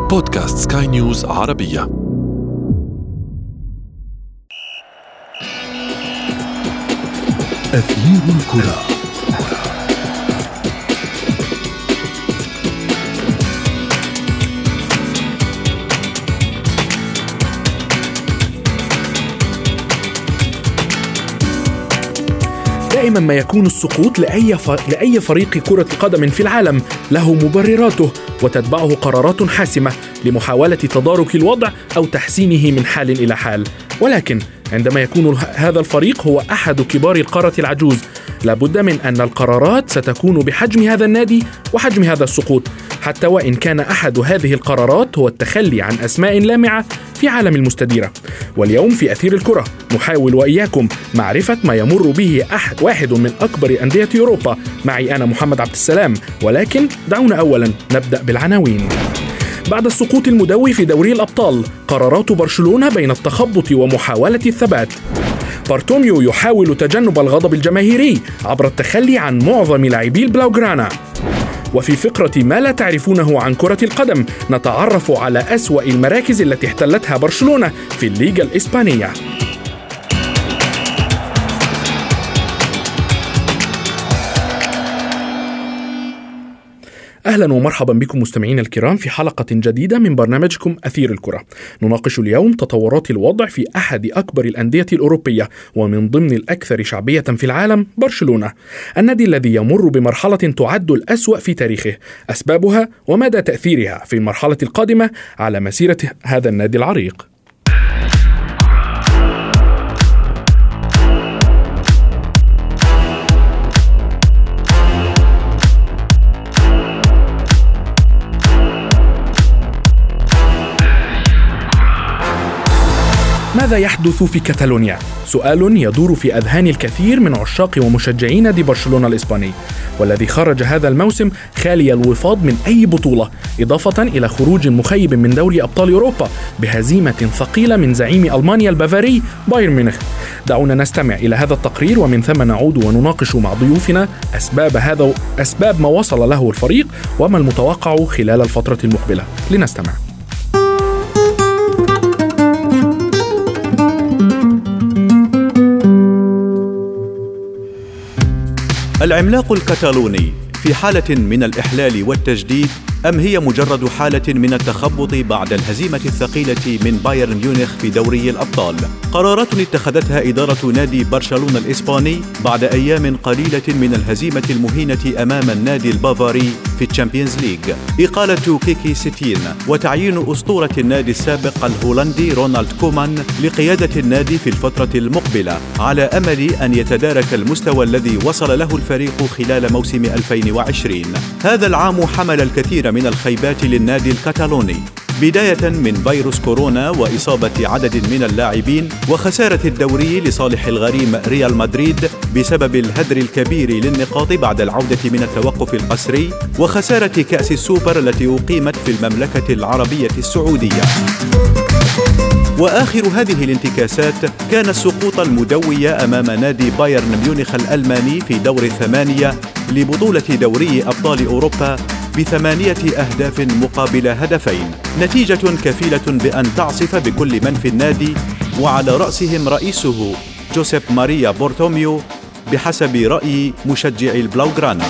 بودكاست سكاي نيوز عربية. أثير الكرة. دائما ما يكون السقوط لأي فريق كرة قدم في العالم له مبرراته، وتتبعه قرارات حاسمة لمحاولة تدارك الوضع أو تحسينه من حال إلى حال. ولكن عندما يكون هذا الفريق هو أحد كبار القارة العجوز، لابد من أن القرارات ستكون بحجم هذا النادي وحجم هذا السقوط، حتى وإن كان أحد هذه القرارات هو التخلي عن أسماء لامعة في عالم المستديرة. واليوم في أثير الكرة نحاول وإياكم معرفة ما يمر به واحد من أكبر أندية أوروبا. معي أنا محمد عبد السلام، ولكن دعونا أولا نبدأ بالعناوين. بعد السقوط المدوي في دوري الأبطال، قرارات برشلونة بين التخبط ومحاولة الثبات. بارتوميو يحاول تجنب الغضب الجماهيري عبر التخلي عن معظم لاعبي البلاوغرانا. وفي فقرة ما لا تعرفونه عن كرة القدم نتعرف على أسوأ المراكز التي احتلتها برشلونة في الليغا الإسبانية. أهلا ومرحبا بكم مستمعينا الكرام في حلقة جديدة من برنامجكم أثير الكرة. نناقش اليوم تطورات الوضع في أحد أكبر الأندية الأوروبية ومن ضمن الأكثر شعبية في العالم، برشلونة، النادي الذي يمر بمرحلة تعد الأسوأ في تاريخه. أسبابها ومدى تأثيرها في المرحلة القادمة على مسيرة هذا النادي العريق. ماذا يحدث في كاتالونيا؟ سؤال يدور في أذهان الكثير من عشاق ومشجعي نادي برشلونة الإسباني، والذي خرج هذا الموسم خالي الوفاض من أي بطولة، إضافة إلى خروج مخيب من دوري أبطال أوروبا بهزيمة ثقيلة من زعيم ألمانيا البافاري بايرن ميونخ. دعونا نستمع إلى هذا التقرير ومن ثم نعود ونناقش مع ضيوفنا أسباب ما وصل له الفريق وما المتوقع خلال الفترة المقبلة. لنستمع. العملاق الكتالوني في حالة من الإحلال والتجديد، أم هي مجرد حالة من التخبط بعد الهزيمة الثقيلة من بايرن ميونخ في دوري الأبطال؟ قرارات اتخذتها إدارة نادي برشلونة الإسباني بعد أيام قليلة من الهزيمة المهينة أمام النادي البافاري في الشامبيونز ليج. إقالة كيكي ستين وتعيين أسطورة النادي السابق الهولندي رونالد كومان لقيادة النادي في الفترة المقبلة، على أمل أن يتدارك المستوى الذي وصل له الفريق خلال موسم 2020. هذا العام حمل الكثير من الخيبات للنادي الكتالوني، بداية من فيروس كورونا وإصابة عدد من اللاعبين وخسارة الدوري لصالح الغريم ريال مدريد بسبب الهدر الكبير للنقاط بعد العودة من التوقف القسري، وخسارة كأس السوبر التي أقيمت في المملكة العربية السعودية. وآخر هذه الانتكاسات كان السقوط المدوي أمام نادي بايرن ميونخ الألماني في دور الثمانية لبطولة دوري أبطال أوروبا ب8 أهداف مقابل هدفين، نتيجة كفيلة بأن تعصف بكل من في النادي، وعلى رأسهم رئيسه جوزيب ماريا بارتوميو بحسب رأي مشجعي البلاوغرانا.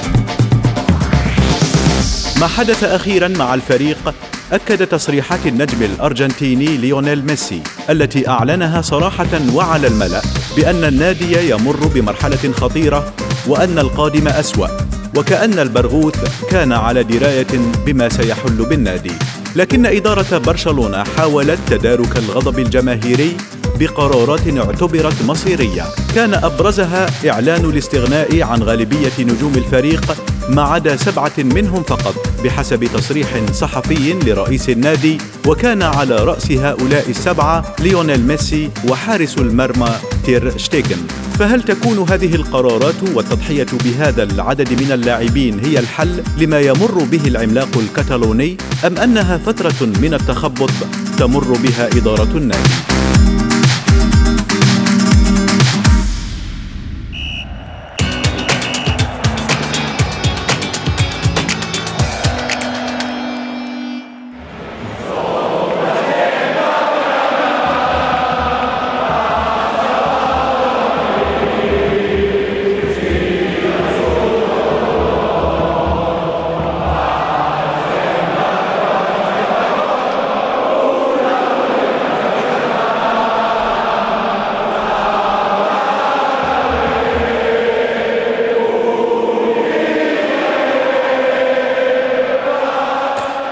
ما حدث أخيرا مع الفريق أكد تصريحات النجم الأرجنتيني ليونيل ميسي التي أعلنها صراحة وعلى الملأ بأن النادي يمر بمرحلة خطيرة وأن القادم أسوأ، وكأن البرغوث كان على دراية بما سيحل بالنادي. لكن إدارة برشلونة حاولت تدارك الغضب الجماهيري بقرارات اعتبرت مصيرية، كان أبرزها إعلان الاستغناء عن غالبية نجوم الفريق ما عدا 7 منهم فقط بحسب تصريح صحفي لرئيس النادي، وكان على رأس هؤلاء 7 ليونيل ميسي وحارس المرمى تير شتيغن. فهل تكون هذه القرارات والتضحية بهذا العدد من اللاعبين هي الحل لما يمر به العملاق الكتالوني، أم أنها فترة من التخبط تمر بها إدارة النادي؟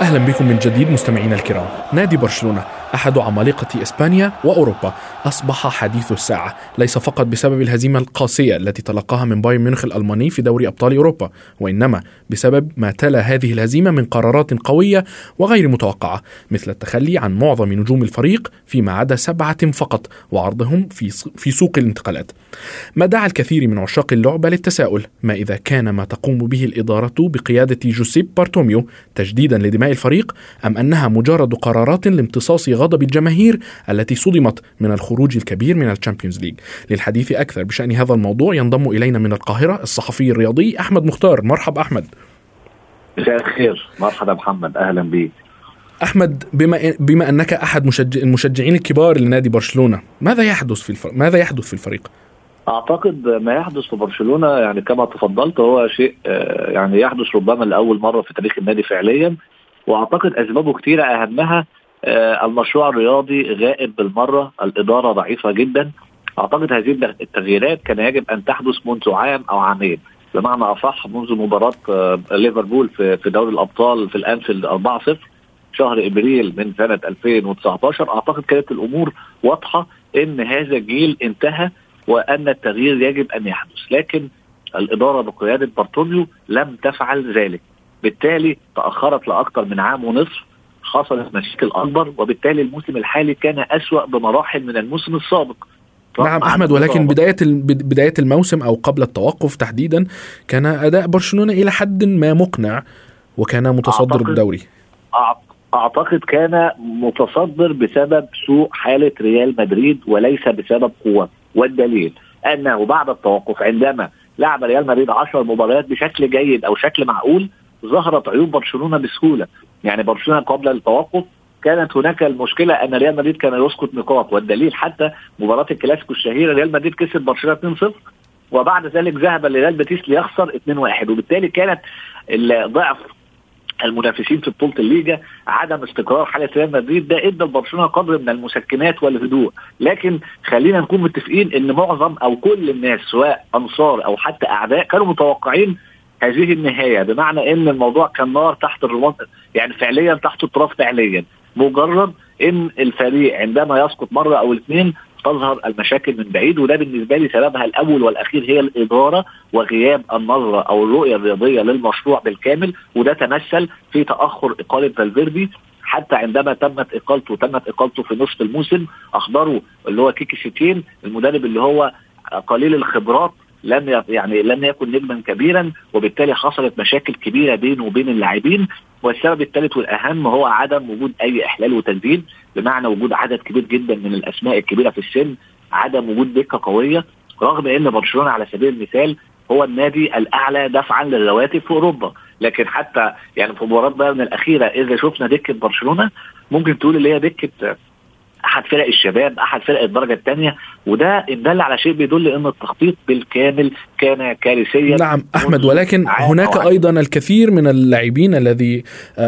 أهلا بكم من جديد مستمعينا الكرام. نادي برشلونة أحد عمالقة إسبانيا وأوروبا أصبح حديث الساعة، ليس فقط بسبب الهزيمة القاسية التي تلقاها من بايرن ميونخ الألماني في دوري أبطال أوروبا، وإنما بسبب ما تلا هذه الهزيمة من قرارات قوية وغير متوقعة، مثل التخلي عن معظم نجوم الفريق فيما عدا 7 فقط وعرضهم في سوق الانتقالات، ما دعا الكثير من عشاق اللعبة للتساؤل: ما إذا كان ما تقوم به الإدارة بقيادة جوزيب بارتوميو تجديدا لدماء الفريق، أم أنها مجرد قرارات لامتصاص غضب الجماهير التي صدمت من الخروج الكبير من الشامبيونز ليج؟ للحديث أكثر بشأن هذا الموضوع ينضم إلينا من القاهرة الصحفي الرياضي أحمد مختار. مرحب أحمد. مساء الخير. مرحبا محمد، أهلا بك. أحمد، بما أنك أحد المشجعين الكبار لنادي برشلونة، ماذا يحدث في الفريق؟ أعتقد ما يحدث في برشلونة يعني كما تفضلت هو شيء يعني يحدث ربما لأول مرة في تاريخ النادي فعليا، وأعتقد أسبابه كثيرة، أهمها المشروع الرياضي غائب بالمرة، الإدارة ضعيفة جدا. أعتقد هذه التغييرات كان يجب أن تحدث منذ عام أو عامين، بمعنى أصح منذ مباراة ليفربول في دوري الأبطال في الأنفيلد 4-0 شهر إبريل من سنة 2019. أعتقد كانت الأمور واضحة إن هذا الجيل انتهى وأن التغيير يجب أن يحدث، لكن الإدارة بقيادة بارتوميو لم تفعل ذلك، بالتالي تأخرت لأكثر من عام ونصف، حصلت مشاكل أكبر، وبالتالي الموسم الحالي كان أسوأ بمراحل من الموسم السابق. نعم أحمد، ولكن بداية الموسم أو قبل التوقف تحديدا كان أداء برشلونة إلى حد ما مقنع وكان متصدر الدوري. أعتقد كان متصدر بسبب سوء حالة ريال مدريد وليس بسبب قوة، والدليل أنه بعد التوقف عندما لعب ريال مدريد 10 مباريات بشكل جيد أو شكل معقول ظهرت عيوب برشلونة بسهولة. يعني برشلونة قبل التوقف كانت هناك المشكلة أن ريال مدريد كان يسقط نقاط، والدليل حتى مباراة الكلاسيكو الشهيرة ريال مدريد كسب برشلونة 2-0 وبعد ذلك ذهب لريال بيتيس ليخسر 2-1، وبالتالي كانت ضعف المنافسين في بطولة الليجا، عدم استقرار حالة ريال مدريد، ده ادى لبرشلونة قدر من المسكنات والهدوء. لكن خلينا نكون متفقين ان معظم او كل الناس سواء انصار او حتى اعداء كانوا متوقعين هذه النهاية، بمعنى ان الموضوع كان نار تحت الرماد، يعني فعليا تحت التراب فعليا. مجرد ان الفريق عندما يسقط مرة او اثنين تظهر المشاكل من بعيد، وده بالنسبة لي سببها الأول والأخير هي الإدارة وغياب النظرة أو الرؤية الرياضية للمشروع بالكامل، وده تمثل في تأخر إقالة فالفيردي. حتى عندما تمت إقالته في نصف الموسم أخبروا اللي هو كيكي سيتين المدرب اللي هو قليل الخبرات، لم يكن نجما كبيرا، وبالتالي حصلت مشاكل كبيرة بينه وبين اللاعبين. والسبب الثالث والأهم هو عدم وجود أي إحلال وتجديد، بمعنى وجود عدد كبير جدا من الأسماء الكبيرة في السن، عدم وجود دكة قوية، رغم أن برشلونة على سبيل المثال هو النادي الأعلى دفعا للرواتب في أوروبا، لكن حتى يعني في مباراة بايرن الأخيرة إذا شفنا دكة برشلونة ممكن تقول اللي هي دكة أحد فرق الشباب، أحد فرق الدرجة الثانية، وده يدل على شيء بيدل أن التخطيط بالكامل كان كارثيا. نعم أحمد، ولكن هناك أيضا الكثير من اللاعبين الذي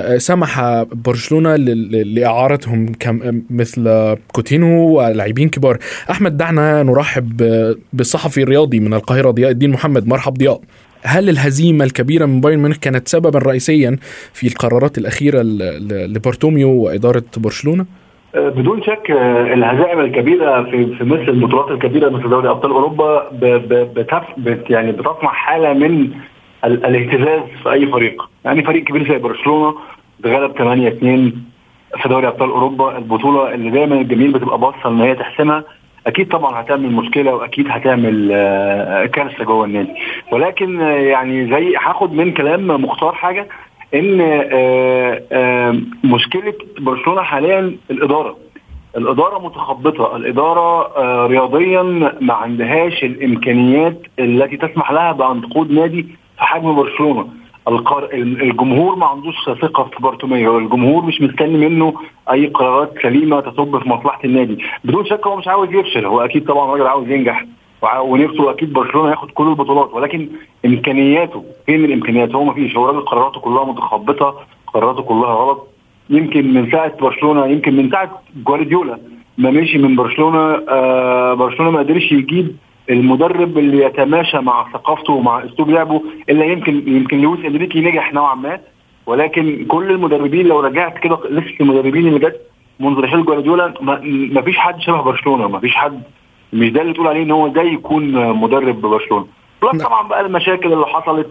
سمح برشلونة لإعارتهم مثل كوتينو ولاعبين كبار. أحمد، دعنا نرحب بالصحفي الرياضي من القاهرة ضياء الدين محمد. مرحب ضياء. هل الهزيمة الكبيرة من بايرن ميونخ كانت سببا رئيسيا في القرارات الأخيرة لبارتوميو وإدارة برشلونة؟ بدون شك الهزائم الكبيرة في مثل البطولات الكبيرة مثل دوري أبطال أوروبا بتصنع حالة من الاهتزاز في أي فريق. يعني فريق كبير زي برشلونة بغلب 8-2 في دوري أبطال أوروبا، البطولة اللي دايما الجميل بتبقى باصة إن هي تحسمها، أكيد طبعا هتعمل مشكلة وأكيد هتعمل كارثة جوه النادي. ولكن يعني زي هاخد من كلام مختار حاجة ان مشكلة برشلونة حاليا الإدارة متخبطة، الإدارة رياضيا ما عندهاش الإمكانيات التي تسمح لها بأن تقود نادي في حجم برشلونة. الجمهور ما عندوش ثقة في بارتوميو، الجمهور مش مستني منه أي قرارات سليمة تصب في مصلحة النادي. بدون شك هو مش عاوز يفشل، هو أكيد طبعا راجل عاوز ينجح ونفسه أكيد برشلونة ياخد كل البطولات، ولكن إمكانياته فين؟ الإمكانيات هو ما فيش. هو راجل قراراته كلها متخبطة، قراراته كلها غلط. يمكن من ساعة برشلونة، يمكن من ساعة جوارديولا ما مشي من برشلونة، برشلونة ما قدرش يجيب المدرب اللي يتماشى مع ثقافته ومع اسلوب لعبه، الا يمكن لويس انريكي نجح نوعا ما، ولكن كل المدربين لو رجعت كده لسه المدربين اللي جت منذ رحيل جوارديولا ما فيش حد شبه برشلونه، ما فيش حد مش ده اللي تقول عليه ان هو ده يكون مدرب ببرشلونه. بلس طبعا بقى المشاكل اللي حصلت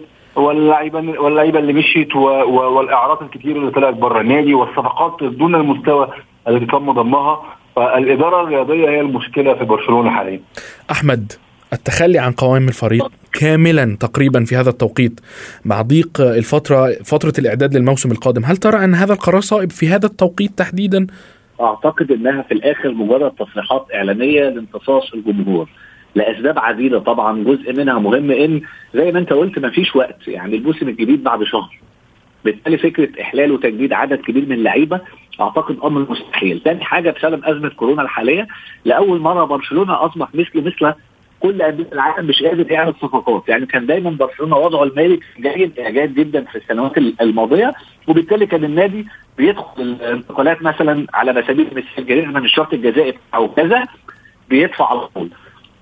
واللعيبه اللي مشيت والاعارات الكتير اللي طلعت بره النادي والصفقات دون المستوى التي تم ضمها. فالاداره الرياضيه هي المشكله في برشلونه حاليا. احمد، التخلي عن قوائم الفريق كاملا تقريبا في هذا التوقيت مع ضيق فترة الإعداد للموسم القادم، هل ترى أن هذا القرار صائب في هذا التوقيت تحديدا؟ أعتقد أنها في الآخر مجرد تصريحات إعلانية لامتصاص الجمهور لأسباب عديدة. طبعا جزء منها مهم إن زي ما أنت قلت ما فيش وقت، يعني الموسم الجديد بعد شهر، بالتالي فكرة إحلال وتجديد عدد كبير من اللعيبة أعتقد أمر مستحيل. ثاني حاجة بسبب أزمة كورونا الحالية لأول مرة برشلونة أصبح مثل كل أندية العالم مش قادر يعمل صفقات. يعني كان دايما برشلونة وضعه المالي جيد إعجاز جدا في السنوات الماضية، وبالتالي كان النادي بيدخل الانتقالات مثلا على سبيل المثال جرينا من الشرط الجزائي أو كذا بيدفع على طول.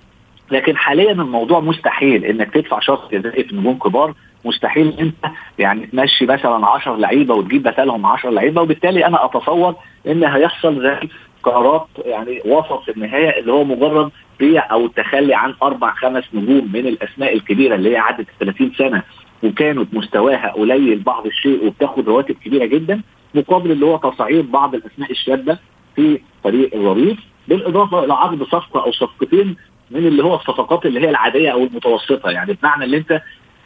لكن حاليا الموضوع مستحيل انك تدفع شرط جزائي في نجوم كبار، مستحيل انت يعني تمشي مثلا 10 لعيبه وتجيب بدلهم 10 لعيبه، وبالتالي انا اتصور ان هيحصل زي قرارات يعني وسط في النهايه اللي هو مجرد بيع او التخلي عن 4-5 نجوم من الاسماء الكبيره اللي هي عدت 30 سنه وكانت مستواها قليل بعض الشيء وبتاخد رواتب كبيره جدا، مقابل اللي هو تصعيد بعض الاسماء الشابه في فريق الرصيف، بالاضافه الى عقد صفقه او صفقتين من اللي هو الصفقات اللي هي العاديه او المتوسطه. يعني بمعنى اللي انت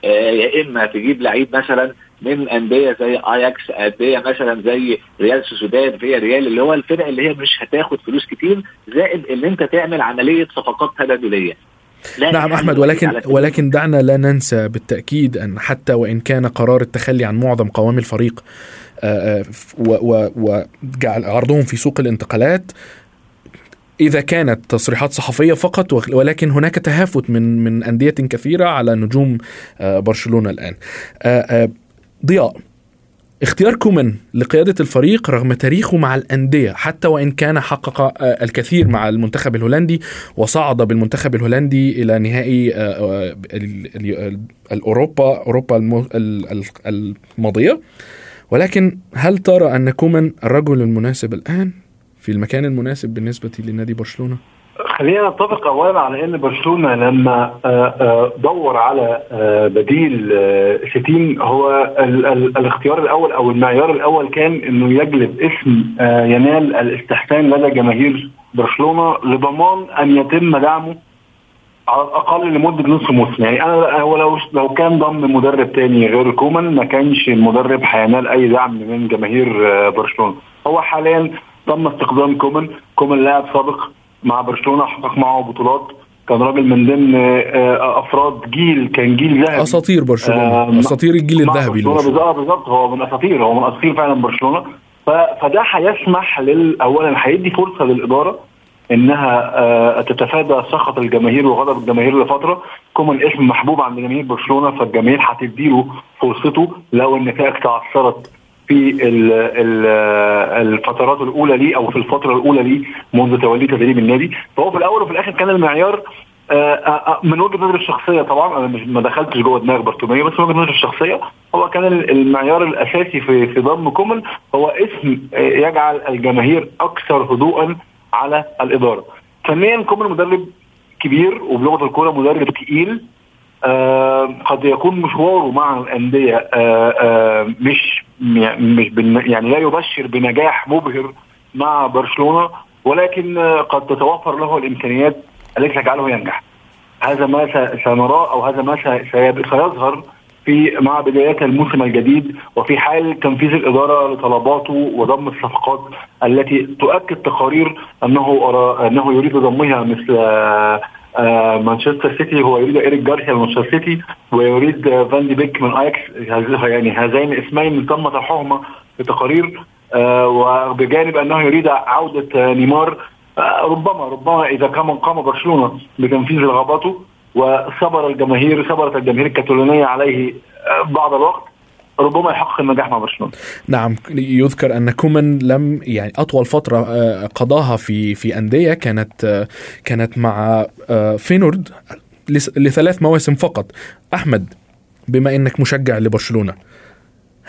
يا اما تجيب لعيب مثلا من انديه زي اياكس، انديه مثلا زي ريال سوسيداد، فيا ريال، اللي هو الفرق اللي هي مش هتاخد فلوس كتير، زائد اللي انت تعمل عمليه صفقات تبادليه. نعم أحمد، ولكن دعنا لا ننسى بالتأكيد أن حتى وإن كان قرار التخلي عن معظم قوام الفريق وجعل عرضهم في سوق الانتقالات إذا كانت تصريحات صحفية فقط، ولكن هناك تهافت من أندية كثيرة على نجوم برشلونة الآن. ضياء، اختيار كومان لقيادة الفريق رغم تاريخه مع الأندية، حتى وإن كان حقق الكثير مع المنتخب الهولندي وصعد بالمنتخب الهولندي إلى نهائي أوروبا الماضية، ولكن هل ترى أن كومان الرجل المناسب الآن في المكان المناسب بالنسبة لنادي برشلونة؟ خلينا نتفق أولا على أن برشلونة لما دور على بديل ستين، هو الاختيار الأول أو المعيار الأول كان أنه يجلب اسم ينال الاستحسان لدى جماهير برشلونة لضمان أن يتم دعمه على الأقل لمدة نصف موسم. يعني أنا لو كان ضم مدرب تاني غير كومان ما كانش المدرب هينال أي دعم من جماهير برشلونة. هو حاليا تم استخدام كومان لاعب سابق مع برشلونة، حقق معه بطولات، كان راجل من ضمن افراد كان جيل ذهبي، اساطير برشلونة، اساطير الجيل الذهبي بالظبط. هو من اساطير فعلا برشلونة. فده هيسمح اولا هيدي فرصة للإدارة انها تتفادى سخط الجماهير وغضب الجماهير لفترة. كومان اسم محبوب عند جماهير برشلونة، فالجماهير هتديله فرصته لو النتائج تعثرت في الفترات الأولى ليه أو في الفترة الأولى ليه منذ تولي تدريب النادي. فهو في الأول وفي الآخر كان المعيار من وجهة نظري الشخصية، طبعا أنا ما دخلتش جوه دماغ بارتوميو، بس من وجهة نظري الشخصية هو كان المعيار الأساسي في ضم كومان هو اسم يجعل الجماهير أكثر هدوءا على الإدارة. ثانيا كومان مدرب كبير وبلغة الكورة مدرب تقيل، قد يكون مشواره مع الأندية مش يعني لا يبشر بنجاح مبهر مع برشلونة، ولكن قد تتوفر له الإمكانيات التي تجعله ينجح. هذا ما سنراه أو هذا ما سيظهر مع بدايات الموسم الجديد، وفي حال تنفيذ الإدارة لطلباته وضم الصفقات التي تؤكد تقارير أنه يريد ضمها، مثل مانشستر سيتي هو يريد إيريك جارسيا من مانشستر سيتي ويريد فان دي بيك من اياكس. يعني هذين اسمين تم طرحهما في تقارير، وبجانب انه يريد عودة نيمار. ربما اذا قام برشلونة بتنفيذ رغباته وصبرت الجماهير الكتالونية عليه بعض الوقت، ربما يحقق النجاح مع برشلونة. نعم، يذكر أن كومان لم يعني أطول فترة قضاها في أندية كانت مع فينورد ل3 مواسم فقط. أحمد، بما أنك مشجع لبرشلونة،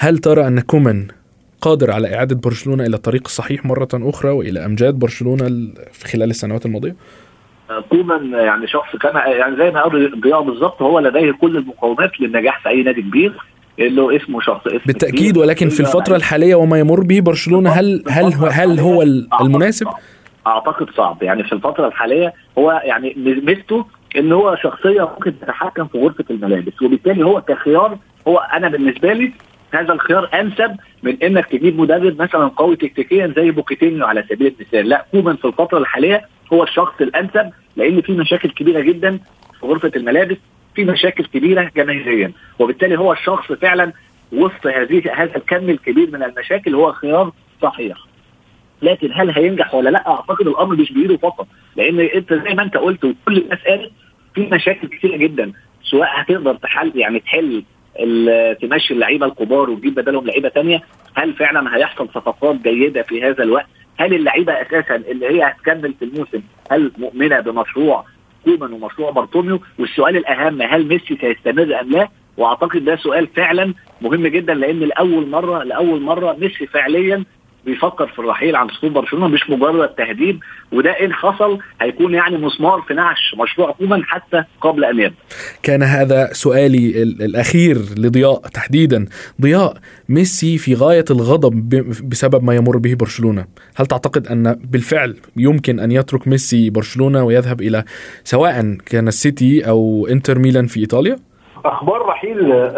هل ترى أن كومان قادر على إعادة برشلونة إلى الطريق الصحيح مرة أخرى وإلى أمجاد برشلونة في خلال السنوات الماضية؟ كومان يعني شخص كان يعني زي ما قال ضياء بالظبط، هو لديه كل المقومات للنجاح في أي نادي كبير، اللي اسمه شخص اسم بالتأكيد كبير. ولكن في الفترة الحالية وما يمر به برشلونة هل هو المناسب؟ أعتقد صعب. يعني في الفترة الحالية هو يعني ميزته إن هو شخصية ممكن تتحكم في غرفة الملابس، وبالتالي هو كخيار، هو أنا بالنسبة لي هذا الخيار أنسب من إنك تجيب مدرب مثلا قوي تكتيكيا زي بوكيتينيو على سبيل المثال. لا، كومان في الفترة الحالية هو الشخص الأنسب، لأن في مشاكل كبيرة جدا في غرفة الملابس، في مشاكل كبيرة جماهيريا، وبالتالي هو الشخص فعلا وسط هذا الكم الكبير من المشاكل هو خيار صحيح. لكن هل هينجح ولا لا؟ اعتقد الامر مش بايده فقط، لان انت زي ما انت قلت وكل الناس قالت في مشاكل كثيره جدا، سواء هتقدر تحل تمشي اللعيبه الكبار وتجيب بدلهم لعيبه تانية، هل فعلا هيحصل صفقات جيده في هذا الوقت؟ هل اللعيبه اساسا اللي هي هتكمل في الموسم هل مؤمنه بمشروع كومان ومشروع بارتوميو؟ والسؤال الاهم، هل ميسي سيستمر ام لا؟ واعتقد ده سؤال فعلا مهم جدا، لان لاول مره ميسي فعليا بيفكر في الرحيل عن صفوف برشلونة، مش مجرد تهديد، وده إن حصل هيكون يعني مسمار في نعش مشروع كومان حتى قبل أن يبدأ. كان هذا سؤالي الأخير لضياء تحديدا. ضياء، ميسي في غاية الغضب بسبب ما يمر به برشلونة، هل تعتقد أن بالفعل يمكن أن يترك ميسي برشلونة ويذهب إلى سواء كان السيتي أو إنتر ميلان في إيطاليا؟ أخبار رحيل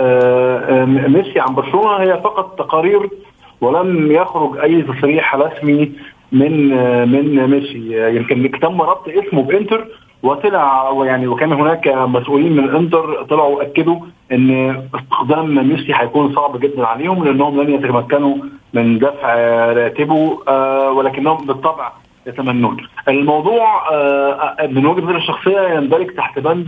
ميسي عن برشلونة هي فقط تقارير، ولم يخرج أي تصريح رسمي من ميسي. يمكن تم ربط اسمه بإنتر وطلع يعني، وكان هناك مسؤولين من إنتر طلعوا أكدوا إن استخدام ميسي هيكون صعب جدا عليهم، لأنهم لن يتمكنوا من دفع راتبه، ولكنهم بالطبع يتمنون. الموضوع من وجهة نظري الشخصية يندرج تحت بند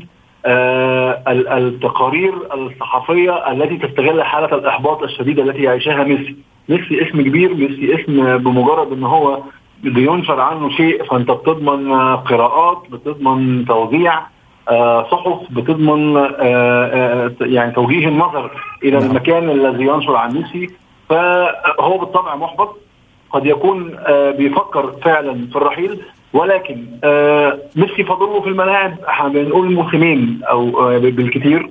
التقارير الصحفية التي تستغل حالة الإحباط الشديدة التي يعيشها ميسي. ميسي اسم كبير، ميسي اسم بمجرد ان هو بينشر عنه شيء فانت بتضمن قراءات، بتضمن توزيع صحف، بتضمن يعني توجيه النظر الى المكان الذي ينشر عن ميسي. فهو بالطبع محبط، قد يكون بيفكر فعلا في الرحيل، ولكن ميسي فاضله في الملاعب بنقول موسمين او بالكثير.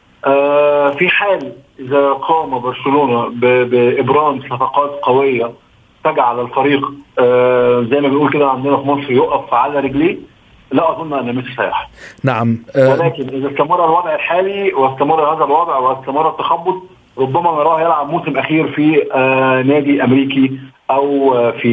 في حال إذا قام برشلونة بإبرام صفقات قوية تجعل الفريق زي ما بنقول كده عندنا في مصر يقف على رجليه، لا أظن أن ميسي سيح. نعم. ولكن إذا استمر الوضع الحالي واستمر هذا الوضع واستمر التخبط، ربما نراه يلعب موسم أخير في نادي أمريكي أو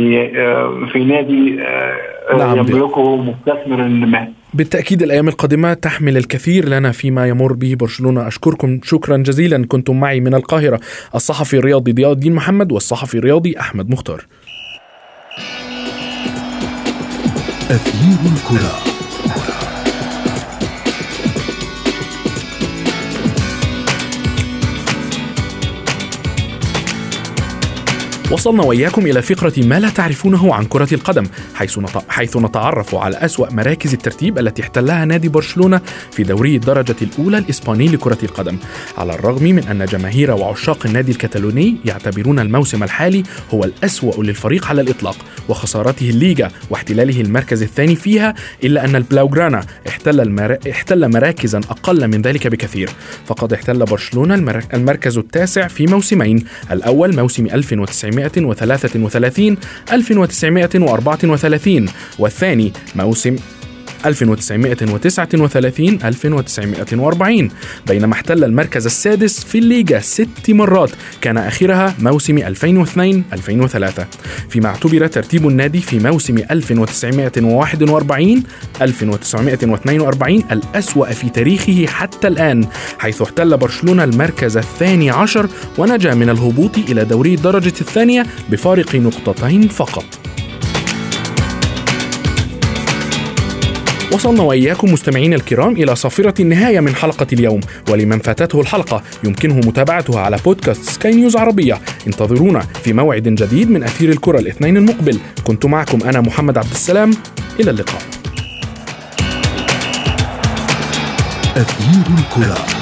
في نادي يملكه مستثمر ما. بالتأكيد الأيام القادمة تحمل الكثير لنا فيما يمر به برشلونة. أشكركم شكرا جزيلا. كنتم معي من القاهرة الصحفي الرياضي ضياء الدين محمد والصحفي الرياضي أحمد مختار. أثير الكرة. وصلنا وإياكم إلى فقرة ما لا تعرفونه عن كرة القدم، حيث نتعرف على أسوأ مراكز الترتيب التي احتلها نادي برشلونة في دوري الدرجة الأولى الإسباني لكرة القدم، على الرغم من أن جماهير وعشاق النادي الكتالوني يعتبرون الموسم الحالي هو الأسوأ للفريق على الإطلاق وخسارته الليغا واحتلاله المركز الثاني فيها، إلا أن البلاوغرانا احتل مراكزا أقل من ذلك بكثير. فقد احتل برشلونة المركز التاسع في موسمين، الأول موسم 1933-1934 والثاني موسم 1939-1940، بينما احتل المركز السادس في الليغا 6 مرات، كان آخرها موسم 2002-2003. فيما اعتبر ترتيب النادي في موسم 1941-1942 الأسوأ في تاريخه حتى الآن، حيث احتل برشلونة المركز 12 ونجا من الهبوط إلى دوري الدرجة الثانية بفارق 2 نقطة فقط. وصلنا وإياكم مستمعين الكرام إلى صافرة النهاية من حلقة اليوم، ولمن فاتته الحلقة يمكنه متابعتها على بودكاست سكاي نيوز عربية. انتظرونا في موعد جديد من أثير الكرة الاثنين المقبل. كنت معكم أنا محمد عبد السلام، إلى اللقاء. أثير الكرة.